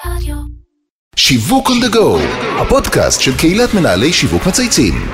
שיווק on the go, הפודקאסט של קהילת מנהלי שיווק מצייצים.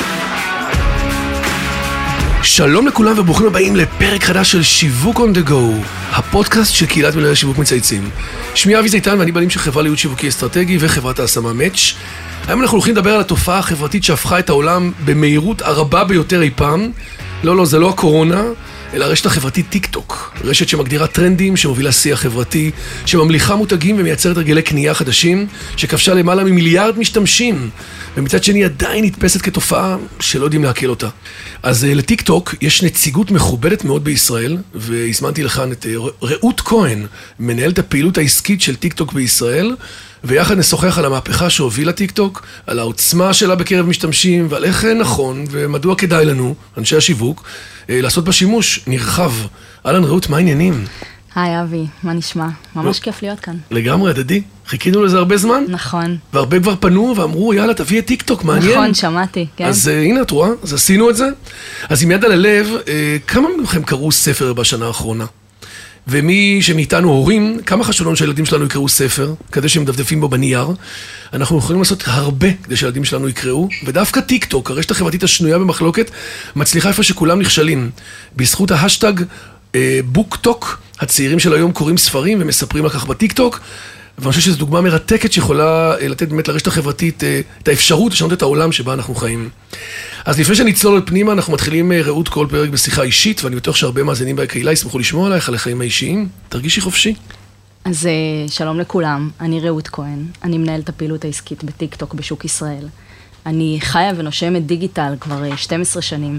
שלום לכולם וברוכים הבאים לפרק חדש של שיווק on the go, הפודקאסט של קהילת מנהלי שיווק מצייצים. שמי אבי זיתן ואני בעלים של חברה לייעוץ שיווקי אסטרטגי וחברת ההשמה מאץ'. היום אנחנו הולכים לדבר על התופעה החברתית שהפכה את העולם במהירות הרבה ביותר אי פעם. לא, זה לא הקורונה, אלא הרשת החברתית טיק טוק. רשת שמגדירה טרנדים, שמובילה שיח חברתי, שממליכה מותגים ומייצרת הרגלי קנייה חדשים, שכבשה למעלה ממיליארד משתמשים, ומצד שני עדיין נתפסת כתופעה שלא יודעים להקל אותה. אז לטיק טוק יש נציגות מכובדת מאוד בישראל, והזמנתי לכאן את רעות כהן, מנהלת הפעילות העסקית של טיק טוק בישראל, ויחד נשוחח על המהפכה שהובילה טיק טוק, על העוצמה שלה בקרב משתמשים, ועל איך נכון ומדוע כדאי לנו, אנשי השיווק, לעשות בה שימוש נרחב. אהלן רעות, מה העניינים? היי אבי, מה נשמע? ממש כיף להיות כאן. לגמרי, הדדי. חיכינו לזה הרבה זמן. נכון. והרבה כבר פנו ואמרו, יאללה, תביא את טיק טוק, מעניין. נכון, שמעתי, כן. אז הנה, את רואה, אז עשינו את זה. אז עם יד על הלב, כמה מכם קראו ספר בשנה האחרונה? ומי שמאיתנו הורים, כמה חשוב לנו שהילדים שלנו יקראו ספר, כדי שהם מדפדפים בו בנייר. אנחנו יכולים לעשות הרבה כדי שהילדים שלנו יקראו, ודווקא טיק טוק, הרשת החברתית השנויה במחלוקת, מצליחה איפה שכולם נכשלים. בזכות ההשטג בוק טוק, הצעירים של היום קוראים ספרים ומספרים על כך בטיק טוק, ואני חושב שזו דוגמה מרתקת שיכולה לתת באמת לרשת החברתית את האפשרות לשנות את העולם שבה אנחנו חיים. אז לפני שנצלול על פנימה, אנחנו מתחילים רעות כל פרק בשיחה אישית, ואני בטוח שהרבה מאזינים בקהילה ישמחו לשמוע עלייך, על החיים האישיים. תרגישי חופשי. אז שלום לכולם, אני רעות כהן, אני מנהלת הפעילות העסקית בטיק טוק בשוק ישראל. אני חיה ונושמת דיגיטל כבר 12 שנים.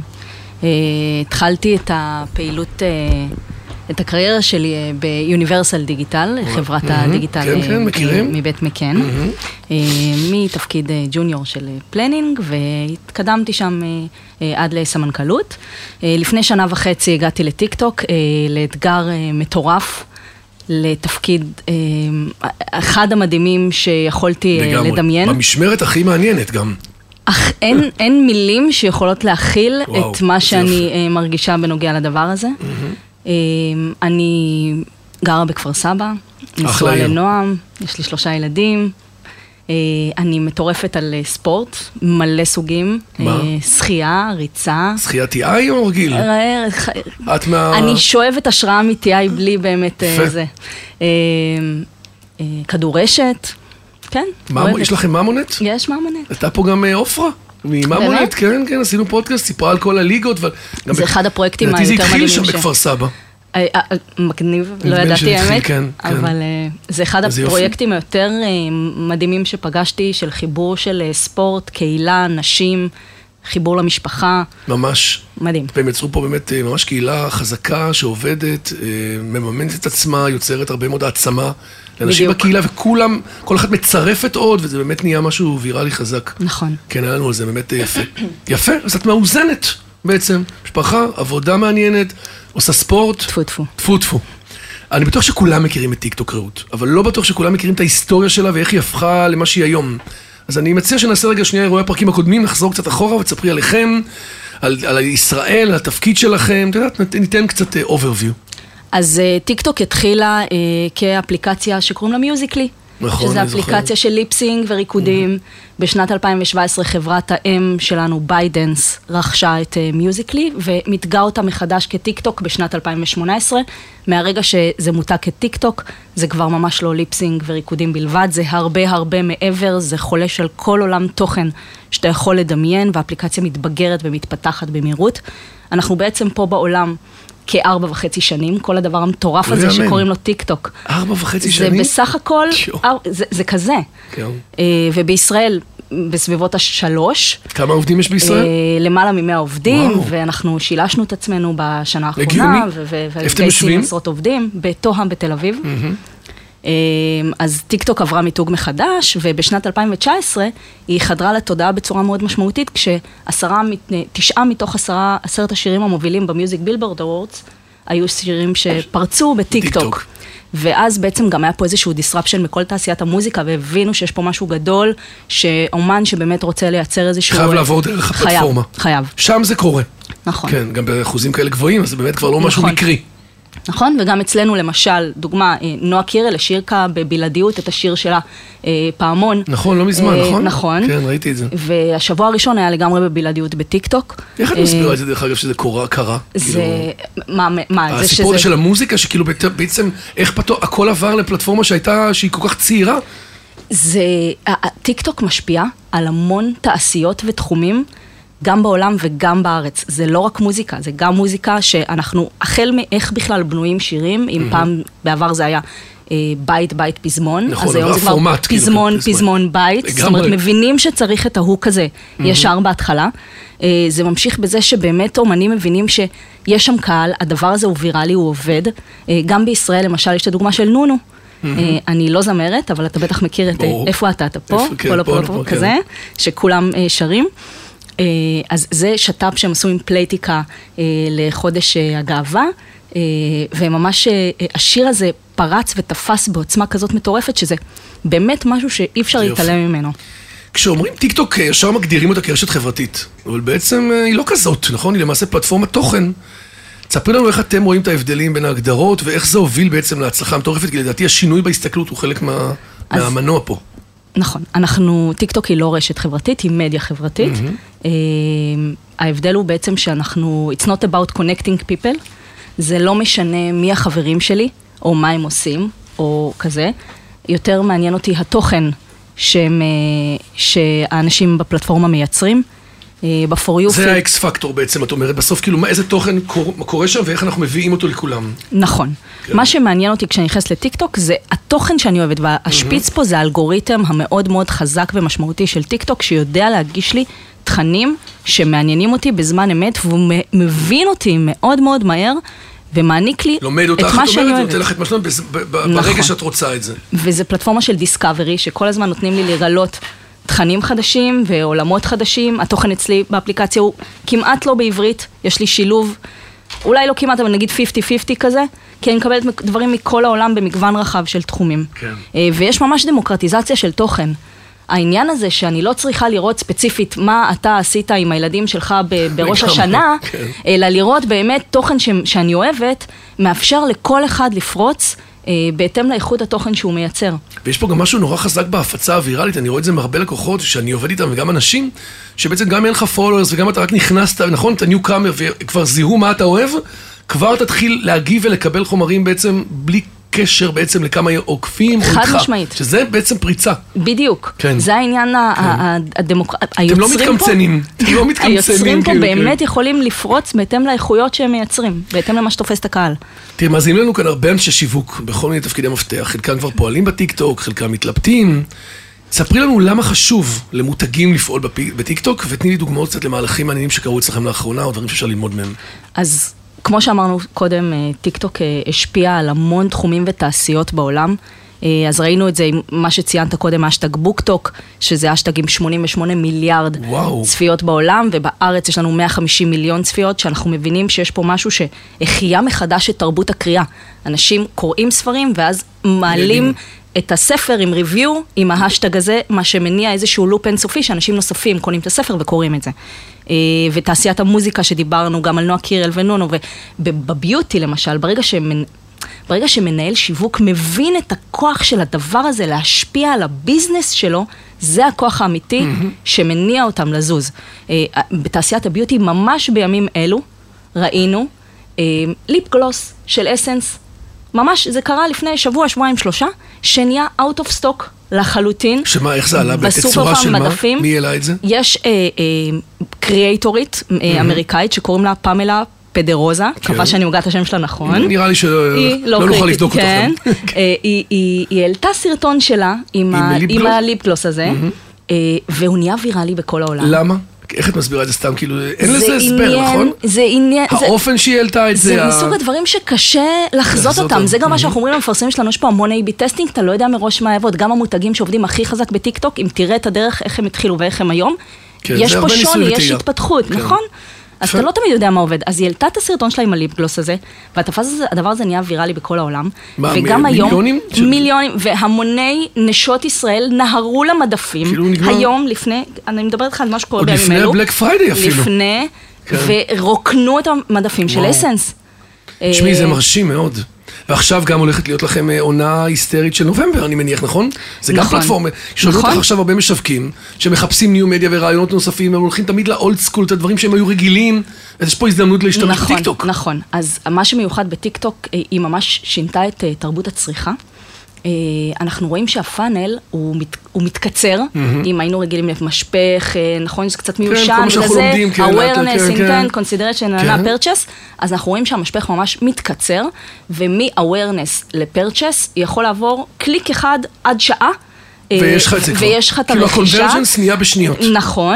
התחלתי את הפעילות, את הקריירה שלי ביוניברסל דיגיטל, חברת הדיגיטל מבית מקן, מתפקיד ג'וניור של פלנינג, והתקדמתי שם עד לסמנכ"לות. לפני 1.5 שנה הגעתי לטיק טוק, לאתגר מטורף, לתפקיד אחד המדהימים שיכולתי לדמיין. במשמרת הכי מעניינת גם. אך אין מילים שיכולות להכיל את מה שאני מרגישה בנוגע לדבר הזה. אני גרה בכפר סבא, נשואה לנועם, יש לי 3 ילדים, אני מטורפת על ספורט, מלא סוגים, שחייה, ריצה. שחייה TI או רגיל? אני שואבת השראה מ-TI בלי באמת זה. כדורשת, כן. יש לכם ממונט? יש ממונט. הייתה פה גם אופרה. ממונט, כן, עשינו פודקאסט, סיפרה על כל הליגות. זה אחד הפרויקטים היותר מדהימים. לדעתי זה התחיל שם בכפר סבא. מגניב, לא ידעתי האמת, אבל זה אחד הפרויקטים היותר מדהימים שפגשתי, של חיבור של ספורט, קהילה, נשים, חיבור למשפחה. ממש. מדהים. והם יצרו פה באמת ממש קהילה חזקה שעובדת, מממנת את עצמה, יוצרת הרבה מאוד העצמה לאנשים בקהילה, וכולם, כל אחת מצרפת עוד, וזה באמת נהיה משהו ויראלי חזק. נכון. כן, היה לנו על זה באמת יפה. יפה, אז את מאוזנת בעצם. משפחה, עבודה מעניינת, עושה ספורט. טפו. אני בטוח שכולם מכירים את טיק טוק רעות, אבל לא בטוח שכולם מכירים את ההיסטוריה שלה ואיך היא הפכה למה שהיא היום. אז אני מציע שנעשה רגע שנייה אירועי הפרקים הקודמים, נחזור קצת אחורה ותספרי עליכם, על ישראל, על התפקיד שלכם, ניתן קצת overview. אז טיק טוק התחילה כאפליקציה שקוראים לה מיוזיקלי. נכון, שזה אפליקציה של ליפסינג וריקודים. בשנת 2017 חברת האם שלנו, ביידנס, רכשה את מיוזיקלי, ומתגה אותה מחדש כטיק טוק בשנת 2018. מהרגע שזה מותג כטיק טוק, זה כבר ממש לא ליפסינג וריקודים בלבד, זה הרבה מעבר, זה חולש על כל עולם תוכן שאתה יכול לדמיין, והאפליקציה מתבגרת ומתפתחת במהירות. אנחנו בעצם פה בעולם כ4.5 שנים, כל הדבר המטורף הזה שקוראים לו טיק טוק. 4.5 שנים? זה בסך הכל, זה כזה. ובישראל, בסביבות 3. כמה עובדים יש בישראל? למעלה מ100 עובדים, ואנחנו שילשנו את עצמנו בשנה האחרונה, וגייסים עשרות עובדים, בתוהם בתל אביב. אז טיק טוק עברה מיתוג מחדש, ובשנת 2019 היא חדרה לתודעה בצורה מאוד משמעותית, כש9 מתוך 10 השירים המובילים במיוזיק בילבורד אוורדס, היו שירים שפרצו בטיק טוק. ואז בעצם גם היה פה איזשהו disruption מכל תעשיית המוזיקה, והבינו שיש פה משהו גדול, שאומן שבאמת רוצה לייצר איזשהו... חייב לעבור דרך הפלטפורמה. חייב. שם זה קורה. נכון. כן, גם באחוזים כאלה גבוהים, אז זה באמת כבר לא משהו מקרי. נכון? וגם אצלנו למשל, דוגמה, נועה קירל השאירה בבלעדיות את השיר שלה פעמון. נכון, לא מזמן, נכון? נכון. כן, ראיתי את זה. והשבוע הראשון היה לגמרי בבלעדיות בטיקטוק. איך את מסבירה את זה דרך אגב שזה קרה? זה, מה? הסיפור של המוזיקה, שכאילו בעצם, איך הכל עבר לפלטפורמה שהיא כל כך צעירה? טיקטוק משפיע על המון תעשיות ותחומים, גם בעולם וגם בארץ. זה לא רק מוזיקה, זה גם מוזיקה שאנחנו, החל מאיך בכלל בנויים שירים, אם פעם בעבר זה היה בית, פזמון, נכון, אז היום זה כבר פזמון, בית, זאת אומרת, מבינים שצריך את ההוק הזה ישר בהתחלה. זה ממשיך בזה שבאמת אומנים מבינים שיש שם קהל, הדבר הזה הוא ויראלי, הוא עובד. גם בישראל, למשל, יש את הדוגמה של נונו. אני לא זמרת, אבל אתה בטח מכיר את איפה אתה פה, פה, כזה, שכולם שרים. אז זה שטאפ שהם עשו עם פלייטיקה לחודש הגאווה, וממש השיר הזה פרץ ותפס בעוצמה כזאת מטורפת, שזה באמת משהו שאי אפשר להתעלם ממנו. כשאומרים טיק טוק, ישר מגדירים אותה כרשת חברתית, אבל בעצם היא לא כזאת, נכון? היא למעשה פלטפורמת תוכן. תספרי לנו איך אתם רואים את ההבדלים בין ההגדרות, ואיך זה הוביל בעצם להצלחה מטורפת, כי לדעתי השינוי בהסתכלות הוא חלק מהמנוע פה. נכון, טיקטוק היא לא רשת חברתית, היא מדיה חברתית. ההבדל הוא בעצם שאנחנו, it's not about connecting people, זה לא משנה מי החברים שלי, או מה הם עושים, או כזה. יותר מעניין אותי התוכן שהאנשים בפלטפורמה מייצרים. זה האקס פקטור בעצם, את אומרת, בסוף כאילו איזה תוכן קורה שם ואיך אנחנו מביאים אותו לכולם. נכון. מה שמעניין אותי כשאני נכנס לטיק טוק זה התוכן שאני אוהבת, והשפיץ פה זה האלגוריתם המאוד מאוד חזק ומשמעותי של טיק טוק, שיודע להגיש לי תכנים שמעניינים אותי בזמן אמת, והוא מבין אותי מאוד מאוד מהר, ומעניק לי את מה שאני אוהבת. נותן לך את מה שאני אוהבת ברגע שאת רוצה את זה. וזה פלטפורמה של דיסקאברי, שכל הזמן נותנים לי לראות תכנים חדשים ועולמות חדשים. התוכן אצלי באפליקציה הוא כמעט לא בעברית, יש לי שילוב, אולי לא כמעט, אבל נגיד 50-50 כזה, כי אני מקבלת דברים מכל העולם במגוון רחב של תחומים. כן. ויש ממש דמוקרטיזציה של תוכן. העניין הזה שאני לא צריכה לראות ספציפית מה אתה עשית עם הילדים שלך בראש השנה, אלא לראות באמת תוכן שאני אוהבת, מאפשר לכל אחד לפרוץ בהתאם לאיכות התוכן שהוא מייצר. ויש פה גם משהו נורא חזק בהפצה הוויראלית, אני רואה את זה מהרבה לקוחות שאני עובד איתם וגם אנשים, שבעצם גם אין לך followers וגם אתה רק נכנסת, נכון, אתה ניו-קאמר וכבר זיהו מה אתה אוהב, כבר תתחיל להגיב ולקבל חומרים בעצם בלי קשר בעצם לכמה עוקפים או איתך. חד משמעית. שזה בעצם פריצה. בדיוק. כן. זה העניין הדמוקרטי. אתם לא מתקמצנים. היוצרים פה באמת יכולים לפרוץ בהתאם לאיכויות שהם מייצרים, בהתאם למה שתופס את הקהל. תראה, מאזינים לנו כאן הרבה אנשי שיווק בכל מיני תפקידי מפתח. חלקם כבר פועלים בטיקטוק, חלקם מתלבטים. ספרי לנו למה חשוב למותגים לפעול בטיקטוק, ותני לי דוגמאות קצת למהלכים מעניינים שקרו אצלכם לאחרונה, או דברים שאפשר ללמוד מהם. אז כמו שאמרנו קודם, טיקטוק השפיע על המון תחומים ותעשיות בעולם. אז ראינו את זה עם מה שציינת קודם, השטג בוקטוק, שזה השטג עם 88 מיליארד צפיות בעולם, ובארץ יש לנו 150 מיליון צפיות, שאנחנו מבינים שיש פה משהו שהחיה מחדש את תרבות הקריאה. אנשים קוראים ספרים, ואז מעלים את הספר עם ריוויו, עם ההשטג הזה, מה שמניע איזשהו לופ אינסופי, שאנשים נוספים קונים את הספר וקוראים את זה. ותעשיית המוזיקה שדיברנו גם על נועה קירל ונונו, ובביוטי למשל, ברגע שמנהל שיווק מבין את הכוח של הדבר הזה להשפיע על הביזנס שלו, זה הכוח האמיתי שמניע אותם לזוז. בתעשיית הביוטי ממש בימים אלו ראינו ליפ גלוס של אסנס, ממש זה קרה לפני שבוע, שבועיים, 3, שנהיה out of stock לחלוטין. שמה, איך זה עלה? בתצורה של מה? מי העלה את זה? יש קריאייטורית אמריקאית שקוראים לה פמלה פדרוזה, קווה שאני מוגעת השם שלה נכון. נראה לי שלא נוכל לבדוק אותו. היא העלתה סרטון שלה עם הליפ גלוס הזה, והוא נהיה ויראלי בכל העולם. למה? איך את מסבירה את זה סתם? כאילו, אין לזה הסבר, נכון? זה עניין... האופן שהיא העלתה את זה... זה מסוג הדברים שקשה לחזות אותם. זה גם מה שאנחנו אומרים למפרסמים שלנו, יש פה המון A/B טסטינג, אתה לא יודע מראש מה יעבוד. גם המותגים שעובדים הכי חזק בטיקטוק, אם תראה את הדרך, איך הם התחילו ואיך הם היום, יש פה שוני, יש התפתחות, נכון? אז אתה לא תמיד יודע מה עובד. אז היא העלתה את הסרטון שלה עם הליפ גלוס הזה, והדבר הזה נהיה ויראלי בכל העולם. מה, מיליונים? מיליונים, והמוני נשות ישראל נהרו למדפים. היום, לפני, אני מדברת לך על מה שקורה בימים אלו. עוד לפני הבלק פריידי אפילו. לפני, ורוקנו את המדפים של אסנס. תשמעי, זה מרשים מאוד. ועכשיו גם הולכת להיות לכם עונה היסטרית של נובמבר, אני מניח, נכון? זה גם פלטפורמה. שואלו אותך עכשיו הרבה משווקים, שמחפשים ניו מדיה ורעיונות נוספים, הם הולכים תמיד לאולד סקול, את הדברים שהם היו רגילים, אז יש פה הזדמנות להשתמש בטיקטוק. נכון. אז מה שמיוחד בטיקטוק, היא ממש שינתה את תרבות הצריכה. אנחנו רואים שהפאנל הוא מתקצר, אם היינו רגילים למשפך, נכון, זה קצת מיושן, וזה awareness, intent, consideration, purchase, אז אנחנו רואים שהמשפך ממש מתקצר, ומ-awareness ל-purchase יכול לעבור קליק אחד עד שעה, ויש לך את זה כבר. ויש לך את כאילו הרכישה. כאילו הקונברג'נס נהיה בשניות. נכון,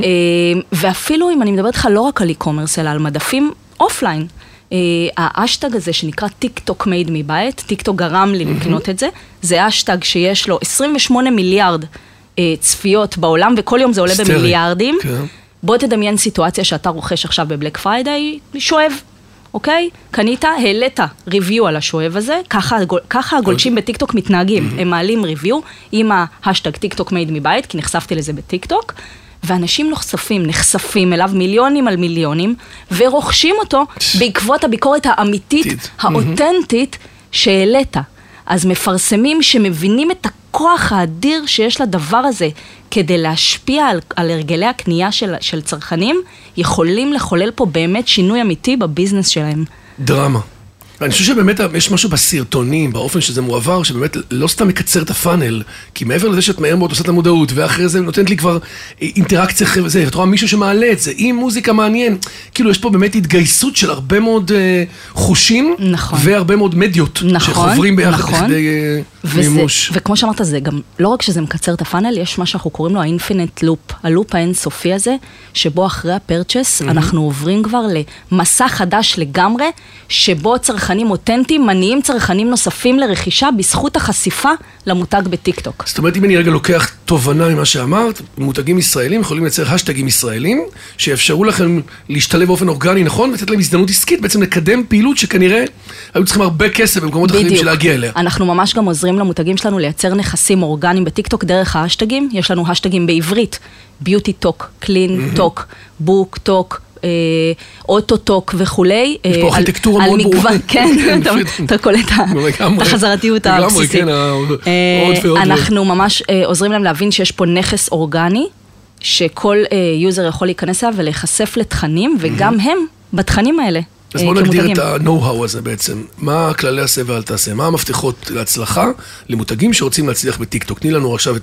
ואפילו אם אני מדברת לך לא רק על e-commerce, אלא על מדפים אופליין, האשטג הזה שנקרא טיקטוק מייד מבית, טיקטוק גרם לי לקנות את זה, זה אשטג שיש לו 28 מיליארד צפיות בעולם, וכל יום זה עולה במיליארדים. בוא תדמיין סיטואציה שאתה רוכש עכשיו בבלק פריידיי, שואב, אוקיי? קנית, העלית ריוויו על השואב הזה, ככה הגולשים בטיקטוק מתנהגים, הם מעלים ריוויו עם האשטג טיקטוק מייד מבית, כי נחשפתי לזה בטיקטוק, ואנשים נחשפים אליו מיליונים על מיליונים, ורוכשים אותו בעקבות הביקורת האמיתית, האותנטית שהעלית. אז מפרסמים שמבינים את הכוח האדיר שיש לדבר הזה, כדי להשפיע על הרגלי הקנייה של צרכנים, יכולים לחולל פה באמת שינוי אמיתי בביזנס שלהם. דרמה. אני חושב שבאמת יש משהו בסרטונים, באופן שזה מועבר, שבאמת לא סתם מקצר את הפאנל, כי מעבר לזה שאת מהר מאוד עושה את המודעות, ואחרי זה נותנת לי כבר אינטראקציה, ואת רואה מישהו שמעלה את זה, עם מוזיקה מעניין, כאילו יש פה באמת התגייסות של הרבה מאוד חושים, נכון. והרבה מאוד מדיות, נכון, שחוברים ביחד נכון. לכדי מימוש. וכמו שאמרת, זה גם לא רק שזה מקצר את הפאנל, יש מה שאנחנו קוראים לו ה-infinite loop, הלופ האינסופי הזה, שבו אחרי הפרצ'ס אנחנו עוברים כבר למסע חדש לגמרי, שבו צרכנים אותנטיים, מניעים צרכנים נוספים לרכישה בזכות החשיפה למותג בטיקטוק. זאת אומרת, אם אני רגע לוקח תובנה ממה שאמרת, מותגים ישראלים יכולים לייצר השטגים ישראלים, שיאפשרו לכם להשתלב באופן אורגני, נכון? ולתת להם הזדמנות עסקית, בעצם לקדם פעילות שכנראה היו צריכים הרבה כסף במקומות אחרים של להגיע אליה. אנחנו ממש גם עוזרים למותגים שלנו לייצר נכסים אורגניים בטיקטוק דרך ההשטגים. יש לנו השטגים בעברית, ביוטי טוק, קלין טוק, בוק טוק, אוטו-טוק וכולי. יש פה ארכיטקטורה מאוד ברורה. כן, אתה קולט את החזרתיות הבסיסית. אנחנו ממש עוזרים להם להבין שיש פה נכס אורגני, שכל יוזר יכול להיכנס אליו ולהיחשף לתכנים, וגם הם בתכנים האלה. אז בואו נגדיר את ה-know-how הזה בעצם. מה כללי עשה ואל תעשה? מה המפתחות להצלחה למותגים שרוצים להצליח בטיקטוק? תני לנו עכשיו את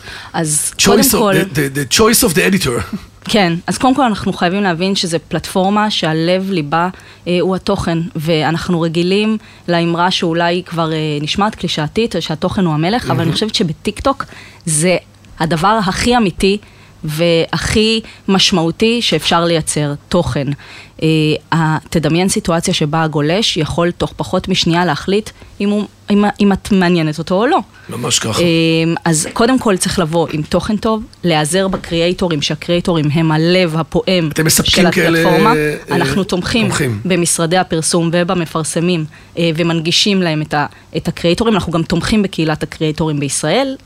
the choice of the editor. כן, אז קודם כל אנחנו חייבים להבין שזה פלטפורמה שהלב ליבה הוא התוכן, ואנחנו רגילים לאמרה שאולי כבר נשמעת קלישאתית, שהתוכן הוא המלך, אבל אני חושבת שבטיקטוק זה הדבר הכי אמיתי, והכי משמעותי שאפשר לייצר תוכן. תדמיין סיטואציה שבה הגולש יכול תוך פחות משנייה להחליט אם את מעניינת אותו או לא. ממש ככה. אז קודם כל צריך לבוא עם תוכן טוב, להיעזר בקריאטורים, שהקריאטורים הם הלב הפועם של הפלטפורמה. אנחנו תומכים במשרדי הפרסום ובמפרסמים, ומנגישים להם את הקריאטורים. אנחנו גם תומכים בקהילת הקריאטורים בישראל,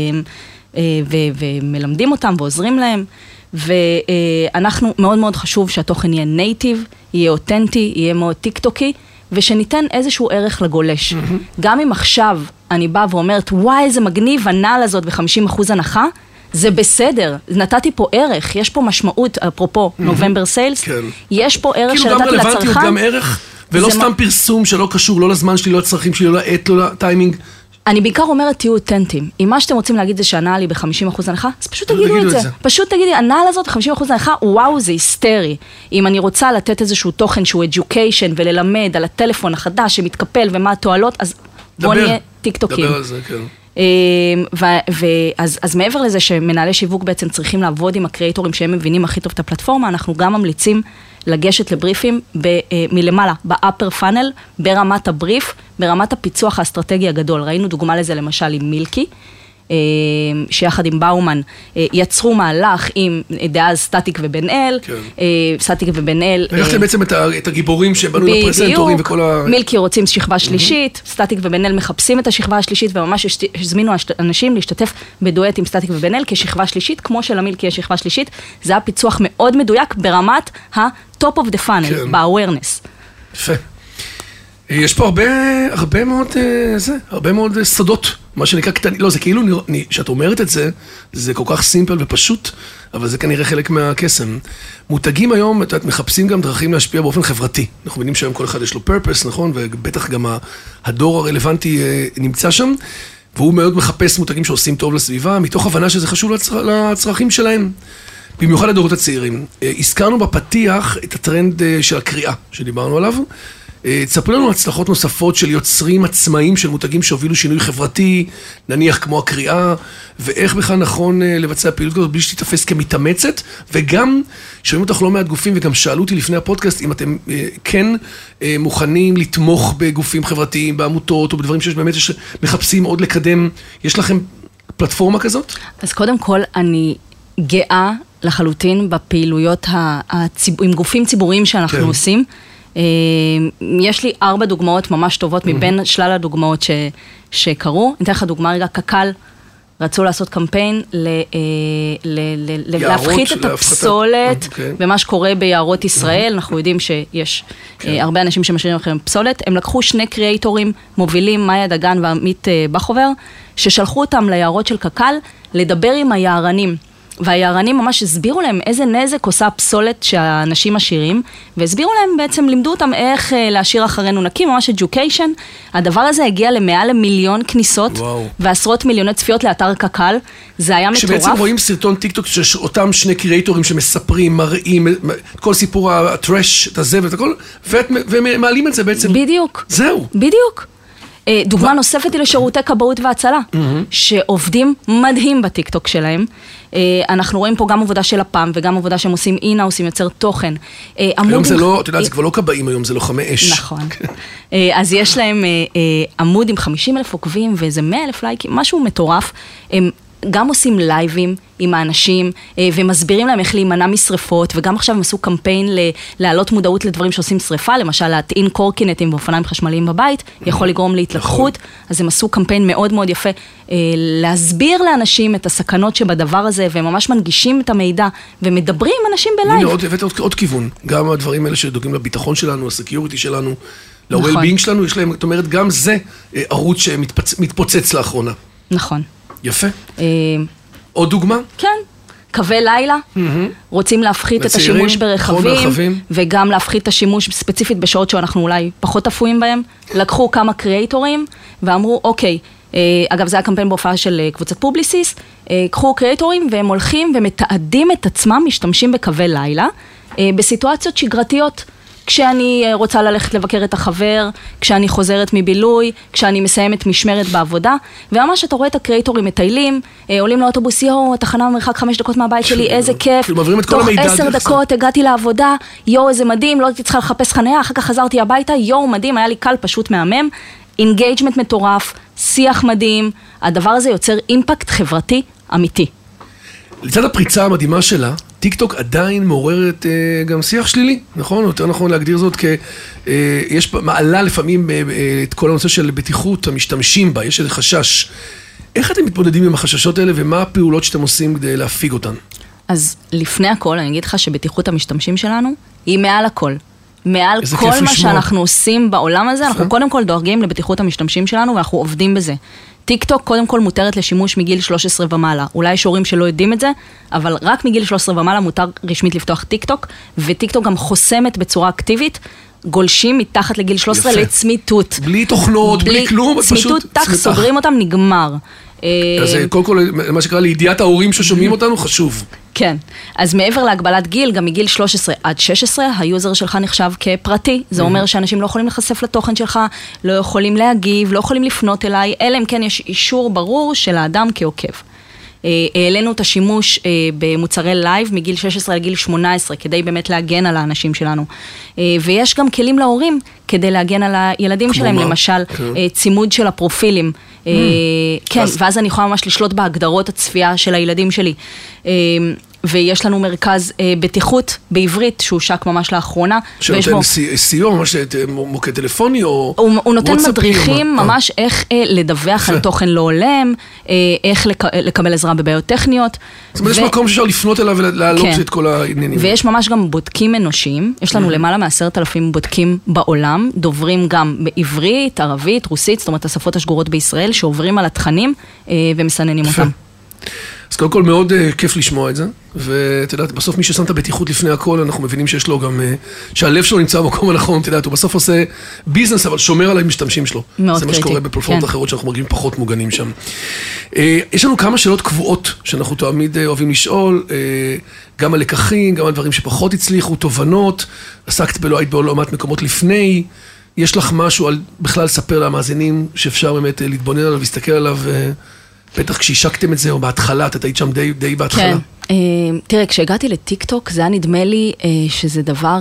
ומלמדים אותם ועוזרים להם, ואנחנו מאוד מאוד חשוב שהתוכן יהיה נייטיב, יהיה אותנטי, יהיה מאוד טיקטוקי, ושניתן איזשהו ערך לגולש. גם אם עכשיו אני באה ואומרת, וואי, איזה מגניב, הנעל הזאת ב-50% הנחה, זה בסדר, נתתי פה ערך, יש פה משמעות, אפרופו נובמבר סיילס, יש פה ערך שנתתי לצרכן. כאילו גם רלוונטיות, גם ערך, ולא סתם פרסום שלא קשור, לא לזמן שלי, לא לצרכים שלי, לא לעת, לא לטיימינג. אני בעיקר אומרת, תהיו אותנטיים. אם מה שאתם רוצים להגיד זה שהנעל היא ב-50% הנחה, אז פשוט תגידו את זה. פשוט תגידי, הנעל הזאת ב-50% הנחה, וואו, זה היסטרי. אם אני רוצה לתת איזשהו תוכן שהוא education וללמד על הטלפון החדש שמתקפל ומה התועלות, אז בוא נהיה טיקטוקים. דבר על זה, כן. אז מעבר לזה שמנהלי שיווק בעצם צריכים לעבוד עם הקריאטורים שהם מבינים הכי טוב את הפלטפורמה, אנחנו גם ממליצים לגשת לבריפים מלמעלה, באפר פאנל, ברמת הבריף, ברמת הפיצוח האסטרטגי הגדול. ראינו דוגמה לזה למשל עם מילקי, שיחד עם באומן יצרו מהלך עם דאז סטטיק ובן אל, סטטיק ובן אל. לקחתם בעצם את הגיבורים שבנו לפרזנטורים וכל ה... מילקי רוצים שכבה שלישית, סטטיק ובן אל מחפשים את השכבה השלישית, וממש הזמינו אנשים להשתתף בדואט עם סטטיק ובן אל כשכבה שלישית, כמו שלמילקי יש שכבה שלישית, זה היה פיצוח מאוד מדויק ברמת ה-top of the funnel, ב-awareness. יפה. יש פה הרבה מאוד סודות, מה שנקרא קטנים, לא, זה כאילו, שאת אומרת את זה, זה כל כך סימפל ופשוט, אבל זה כנראה חלק מהקסם. מותגים היום, את מחפשים גם דרכים להשפיע באופן חברתי. אנחנו מבינים שהיום כל אחד יש לו purpose, נכון? ובטח גם הדור הרלוונטי נמצא שם, והוא מאוד מחפש מותגים שעושים טוב לסביבה, מתוך הבנה שזה חשוב לצרכים שלהם. במיוחד לדורות הצעירים. הזכרנו בפתיח את הטרנד של הקריאה שדיברנו עליו. תספרו לנו הצלחות נוספות של יוצרים עצמאיים של מותגים שהובילו שינוי חברתי, נניח כמו הקריאה, ואיך בכלל נכון לבצע פעילות כזאת בלי שתתפס כמתאמצת, וגם שומעים אותך לא מעט גופים, וגם שאלו אותי לפני הפודקאסט, אם אתם כן מוכנים לתמוך בגופים חברתיים, בעמותות, או בדברים שיש באמת מחפשים עוד לקדם. יש לכם פלטפורמה כזאת? אז קודם כל, אני גאה לחלוטין בפעילויות עם גופים ציבוריים שאנחנו עושים. יש לי 4 דוגמאות ממש טובות מבין שלל הדוגמאות שקרו. אני אתן לך דוגמה רגע, קק"ל רצו לעשות קמפיין להפחית את הפסולת ומה שקורה ביערות ישראל. אנחנו יודעים שיש הרבה אנשים שמשאירים לכם פסולת. הם לקחו 2 קריאייטורים מובילים, מאיה דגן ועמית בחובר, ששלחו אותם ליערות של קק"ל לדבר עם היערנים. והיערנים ממש הסבירו להם איזה נזק עושה הפסולת שהאנשים משאירים, והסבירו להם בעצם, לימדו אותם איך להשאיר אחרינו נקי, ממש education. הדבר הזה הגיע למעל 1,000,000 כניסות, ועשרות מיליוני צפיות לאתר קק"ל. זה היה מטורף. כשבעצם רואים סרטון טיקטוק של אותם 2 קריאייטורים שמספרים, מראים, כל סיפור הטרש, את הזבל, את הכל, ומעלים את זה בעצם. בדיוק. זהו. בדיוק. דוגמה נוספת היא לשירותי כבאות והצלה, שעובדים מדהים בטיקטוק שלהם. אנחנו רואים פה גם עבודה של הפעם, וגם עבודה שהם עושים אין-האוס, עם יוצר תוכן. היום זה לא, אתה יודע, זה כבר לא כבאים היום, זה לוחמי אש. נכון. אז יש להם עמוד עם 50,000 עוקבים, ואיזה 100,000 לייקים, משהו מטורף. הם גם עושים לייבים עם האנשים, ומסבירים להם איך להימנע משריפות, וגם עכשיו הם עשו קמפיין להעלות מודעות לדברים שעושים שריפה, למשל להטעין קורקינטים ואופניים חשמליים בבית, יכול לגרום להתלקחות, אז הם עשו קמפיין מאוד מאוד יפה, להסביר לאנשים את הסכנות שבדבר הזה, והם ממש מנגישים את המידע, ומדברים עם אנשים בלייב. הנה, הבאת עוד כיוון, גם הדברים האלה שדוגעים לביטחון שלנו, הסקיוריטי שלנו, ל-well-being שלנו, יש להם, זאת אומרת, גם זה ערוץ שמתפוצץ לאחרונה. נכון. יפה. עוד דוגמה? כן. קווי לילה, רוצים להפחית את השימוש ברכבים, וגם להפחית את השימוש ספציפית בשעות שאנחנו אולי פחות אפויים בהם. לקחו כמה קריאייטורים ואמרו, אוקיי, אגב זה היה קמפיין בהופעה של קבוצת פובליסיס, קחו קריאייטורים והם הולכים ומתעדים את עצמם, משתמשים בקווי לילה, בסיטואציות שגרתיות. כשאני רוצה ללכת לבקר את החבר, כשאני חוזרת מבילוי, כשאני מסיימת משמרת בעבודה, וממש אתה רואה את הקריאייטורים מטיילים, עולים לאוטובוס, התחנה במרחק 5 דקות מהבית שלי, איזה כיף, תוך 10 דקות הגעתי לעבודה, איזה מדהים, לא הייתי צריכה לחפש חניה, אחר כך חזרתי הביתה, מדהים, היה לי קל, פשוט מהמם, אינגייג'מנט מטורף, שיח מדהים, הדבר הזה יוצר אימפקט חברתי אמיתי. לצד הפריצה המדהימה שלה, טיקטוק עדיין מעוררת גם שיח שלילי, נכון? יותר נכון להגדיר זאת יש מעלה לפעמים את כל הנושא של בטיחות המשתמשים בה, יש איזה חשש. איך אתם מתמודדים עם החששות האלה ומה הפעולות שאתם עושים כדי להפיג אותן? אז לפני הכל, אני אגיד לך שבטיחות המשתמשים שלנו היא מעל הכל. מעל כל מה שאנחנו עושים בעולם הזה, אנחנו קודם כל דואגים לבטיחות המשתמשים שלנו ואנחנו עובדים בזה. טיקטוק קודם כל מותרת לשימוש מגיל 13 ומעלה. אולי יש הורים שלא יודעים את זה, אבל רק מגיל 13 ומעלה מותר רשמית לפתוח טיקטוק, וטיקטוק גם חוסמת בצורה אקטיבית, גולשים מתחת לגיל 13 לצמיתות. בלי תוכנות, בלי כלום, צמיתות, תח, סוגרים אותם, נגמר. אז קודם כל, מה שקרה לידיעת ההורים ששומעים אותנו, חשוב. כן, אז מעבר להגבלת גיל, גם מגיל 13 עד 16, היוזר שלך נחשב כפרטי. זה אומר שאנשים לא יכולים לחשף לתוכן שלך, לא יכולים להגיב, לא יכולים לפנות אליי, אלא אם כן יש אישור ברור של האדם כעוקב. העלינו את השימוש במוצרי לייב מגיל 16 לגיל 18, כדי באמת להגן על האנשים שלנו. ויש גם כלים להורים כדי להגן על הילדים שלהם, למשל צימוד של הפרופילים. כן, ואז אני יכולה ממש לשלוט בהגדרות הצפייה של הילדים שלי. ויש לנו מרכז בטיחות בעברית, שהושק ממש לאחרונה. שנותן סיוע, ממש מוקד טלפוני או... הוא נותן מדריכים ממש איך לדווח על תוכן לא הולם, איך לקבל עזרה בבעיות טכניות. זאת אומרת, יש מקום שאפשר לפנות אליו ולהעלות את כל העניינים. ויש ממש גם בודקים אנושיים, יש לנו למעלה מ10,000 בודקים בעולם, דוברים גם בעברית, ערבית, רוסית, זאת אומרת, השפות השגורות בישראל, שעוברים על התכנים ומסננים אותם. אז קודם כל מאוד כיף לשמוע את זה, ואתה יודעת, בסוף מי ששם את הבטיחות לפני הכל, אנחנו מבינים שיש לו גם, שהלב שלו נמצא במקום הנכון, אתה יודעת, הוא בסוף עושה ביזנס, אבל שומר על המשתמשים שלו. מאוד זה מה שקורה בפלטפורמות אחרות, שאנחנו מרגישים פחות מוגנים שם. יש לנו כמה שאלות קבועות, שאנחנו תמיד אוהבים לשאול, גם על לקחים, גם על דברים שפחות הצליחו, תובנות, עסקת היית בעולמת מקומות לפני, יש לך משהו על בכלל לספר למאזינים, שאפשר באמת להתבונן עליו, להסתכל עליו, בטח כשהשקתם את זה, או בהתחלה, אתה היית שם די בהתחלה. כן, תראה, כשהגעתי לטיקטוק, זה היה נדמה לי שזה דבר,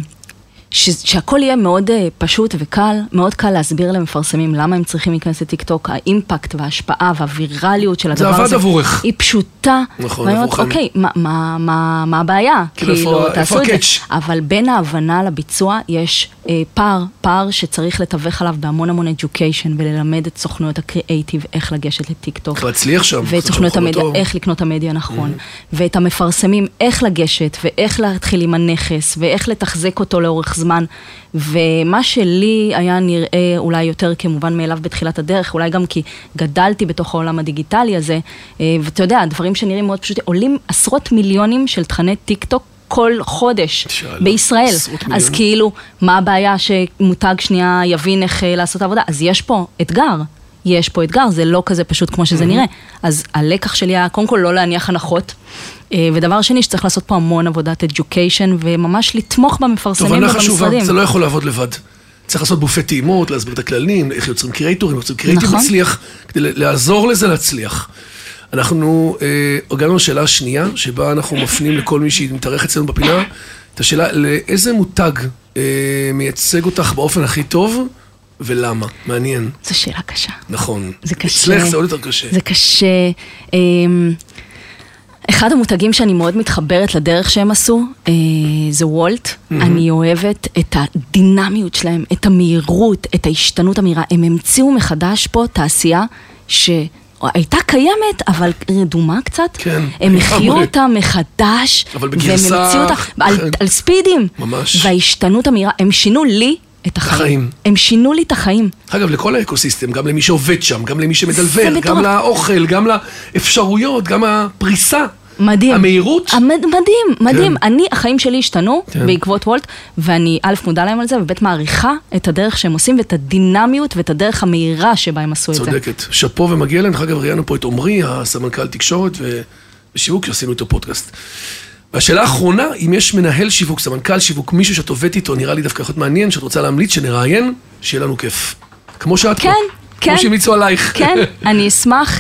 שהכל יהיה מאוד פשוט וקל, מאוד קל להסביר למפרסמים למה הם צריכים להיכנס לטיקטוק, האימפקט וההשפעה והווירליות של הדבר הזה. זה עבד עבורך. היא פשוטה. נכון, עבורכם. אוקיי, מה הבעיה? כאילו, איפה הקאץ'? אבל בין ההבנה לביצוע יש פער שצריך לתווך עליו בהמון education וללמד את סוכנויות הקריאייטיב איך לגשת לטיקטוק. איך להצליח שם. ואת סוכנויות המדיה, איך לקנות המדיה נכון. ואת המפרסמים, איך לגשת ואיך להתחיל עם הנכס ואיך לתחזק אותו לאורך זמן. ומה שלי היה נראה אולי יותר כמובן מאליו בתחילת הדרך, אולי גם כי גדלתי בתוך העולם הדיגיטלי הזה, ואתה יודע, הדברים שנראים מאוד פשוט, עולים עשרות מיליונים של תכני טיקטוק כל חודש בישראל. אז כאילו, מה הבעיה שמותג שנייה יבין איך לעשות עבודה? אז יש פה אתגר, זה לא כזה פשוט כמו שזה נראה. אז הלקח שלי היה, קודם כל, לא להניח הנחות, ודבר שני, שצריך לעשות פה המון עבודת education, וממש לתמוך במפרסמים ובמשרדים. תובנה חשובה, זה לא יכול לעבוד לבד. צריך לעשות בופי טעימות, להסביר את הכללים, איך יוצרים קריאייטורים, יוצרים קריאייטיב מצליח, כדי לעזור לזה להצליח. אנחנו הגענו לשאלה השנייה, שבה אנחנו מפנים לכל מי שמתארח אצלנו בפינה, את השאלה, לאיזה מותג מייצג אותך באופן הכי טוב, ולמה? מעניין. זו שאלה קשה. נכון. זה קשה. אצלך זה עוד יותר קשה. זה קשה. אחד המותגים שאני מאוד מתחברת לדרך שהם עשו, זה וולט. אני אוהבת את הדינמיות שלהם, את המהירות, את ההשתנות המהירה. הם המציאו מחדש פה תעשייה שהייתה קיימת, אבל רדומה קצת. כן. הם החיו אותה מחדש. אבל בגרסה... והם המציאו אותה על ספידים. ממש. וההשתנות המהירה, הם שינו לי את החיים. הם שינו לי את החיים. אגב, לכל האקוסיסטם, גם למי שעובד שם, גם למי שמדלבר, גם לאוכל, גם לאפשרויות, גם הפריסה. מדהים. המהירות. מדהים. החיים שלי השתנו בעקבות וולט, ואני מודה להם על זה, ובית מעריכה את הדרך שהם עושים, ואת הדינמיות ואת הדרך המהירה שבה הם עשו את זה. צודקת. שפו ומגיע להם, אגב, ראיינו פה את עומרי, הסמנכ"ל תקשורת ושיווק, שעשינו איתו פודקאסט. והשאלה האחרונה, אם יש מנהל שיווק, סמנכ"ל שיווק, מישהו שאת עובדת איתו, נראה לי דווקא יכול להיות מעניין, שאת רוצה להמליץ, שנראיין, שיהיה לנו כיף. כמו שאת פה. כן. כמו שהמליצו עלייך. כן, אני אשמח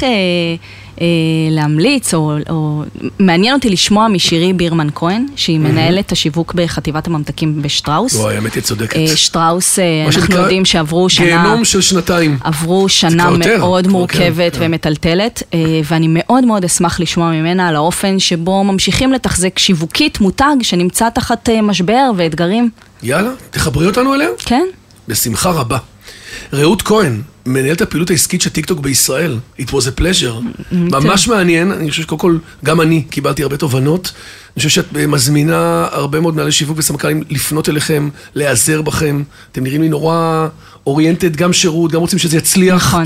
להמליץ, או מעניין אותי לשמוע משירי בירמן כהן, שהיא מנהלת השיווק בחטיבת הממתקים בשטראוס. וואי, האמת היא צודקת. שטראוס, אנחנו יודעים שעברו שנה... גיהנום של שנתיים. עברו שנה מאוד מורכבת ומטלטלת, ואני מאוד מאוד אשמח לשמוע ממנה על האופן שבו ממשיכים לתחזק שיווקית מותג שנמצא תחת משבר ואתגרים. יאללה, תחברי אותנו אליה? כן. בשמחה רבה. רעות כהן, מנהלת הפעילות העסקית של טיקטוק בישראל. It was a pleasure. ממש מעניין, אני חושב שקודם כל, גם אני קיבלתי הרבה תובנות. אני חושב שאת מזמינה הרבה מאוד מנהלי שיווק וסמנכ"לים לפנות אליכם, להיעזר בכם. אתם נראים לי נורא אוריינטד, גם שירות, גם רוצים שזה יצליח. נכון.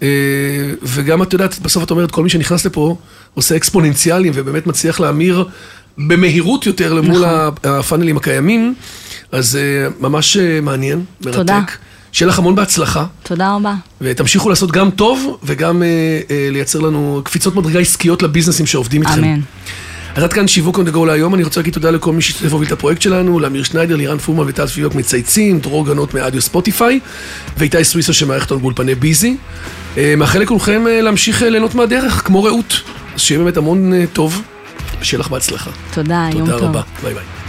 וגם את יודעת, בסוף את אומרת, כל מי שנכנס לפה עושה אקספוננציאלים, ובאמת מצליח להמיר במהירות יותר למול הפאנלים הקיימים. אז ממש מעניין, מרתק. תודה. שיהיה לך המון בהצלחה. תודה רבה. ותמשיכו לעשות גם טוב, וגם לייצר לנו קפיצות מדרגה עסקיות לביזנסים שעובדים איתכם. אמן. אז עד כאן שיווק on the go להיום, אני רוצה להגיד תודה לכל מי שתצטרף להוביל את הפרויקט שלנו, לאמיר שניידר, לירן פורמן וטל פיוק מצייצים, דרור גנות מאדיו ספוטיפיי, ואיתי סוויסה שמערכת לנו באולפני ביזי. מאחל לכולכם להמשיך ליהנות מהדרך, כמו רעות. אז שיהיה באמת המון טוב, ושיהיה לך בהצלחה. תודה, יום טוב. תודה רבה, ביי ביי.